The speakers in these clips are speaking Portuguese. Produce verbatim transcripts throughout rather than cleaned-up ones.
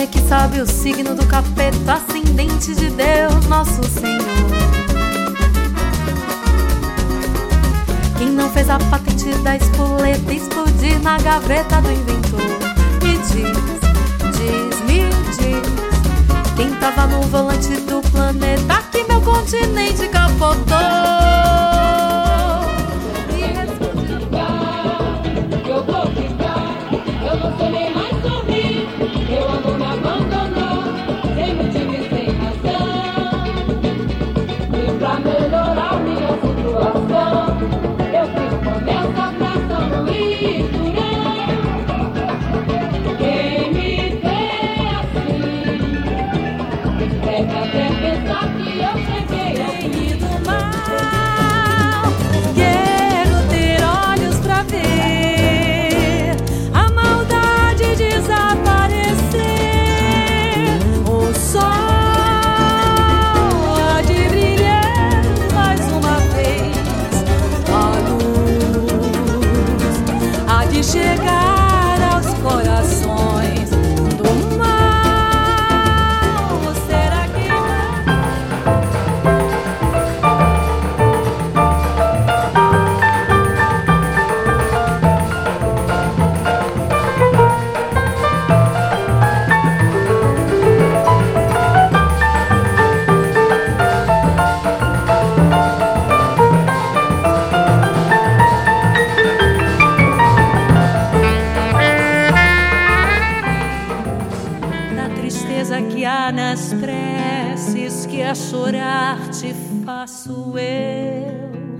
é que sabe o signo do capeta, ascendente de Deus, nosso Senhor. Quem não fez a patente da espoleta explodir na gaveta do inventor? Me diz, diz, me diz, quem tava no volante do planeta que meu continente capotou? E responde: eu vou ficar, eu não sei nem mais sorrir, meu amor me abandonou, sem motivo e sem razão. E pra melhorar minha situação, eu fiz promessa pra São Luís Durão. Quem me vê assim deve até pensar que eu cheguei aqui do mal. Quero ter olhos pra ver a maldade desaparecer. O sol há de brilhar mais uma vez, a luz há de chegar aos corações do mal. Será que na tristeza que há nas preces que a chorar te faço eu?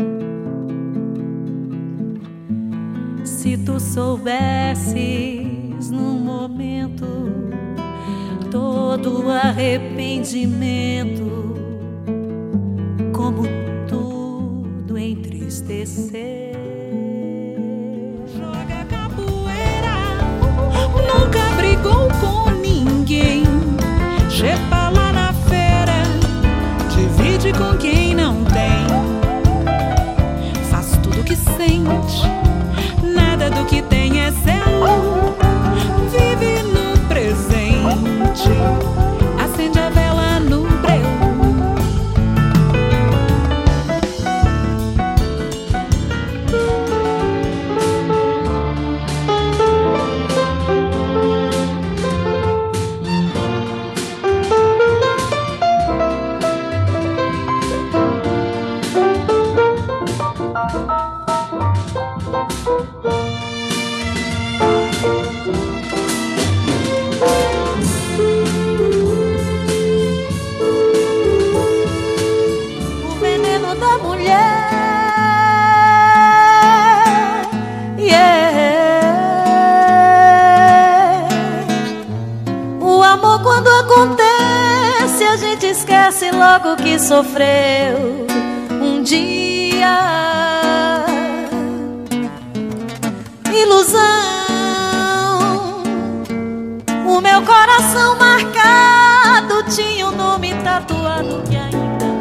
Se tu soubesses num momento todo o arrependimento, como tudo entristeceu. Joga capoeira, nunca brigou com ninguém. Chepa lá na feira, divide com quem não tem. Faz tudo que sente, nada do que tem é seu. Vive no presente, acende a vela no breu. O veneno da mulher, yeah. O amor, quando acontece, a gente esquece logo que sofreu um dia. Ilusão, o meu coração marcado tinha um nome tatuado que ainda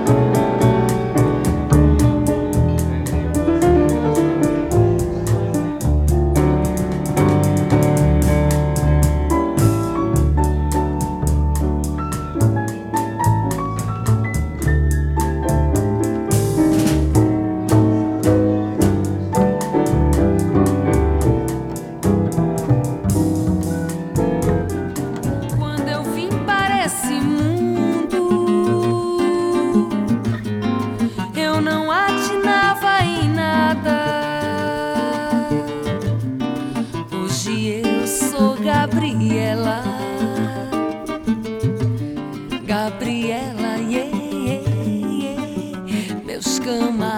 Gabriela, Gabriela, yeah, yeah, yeah. Meus camaradas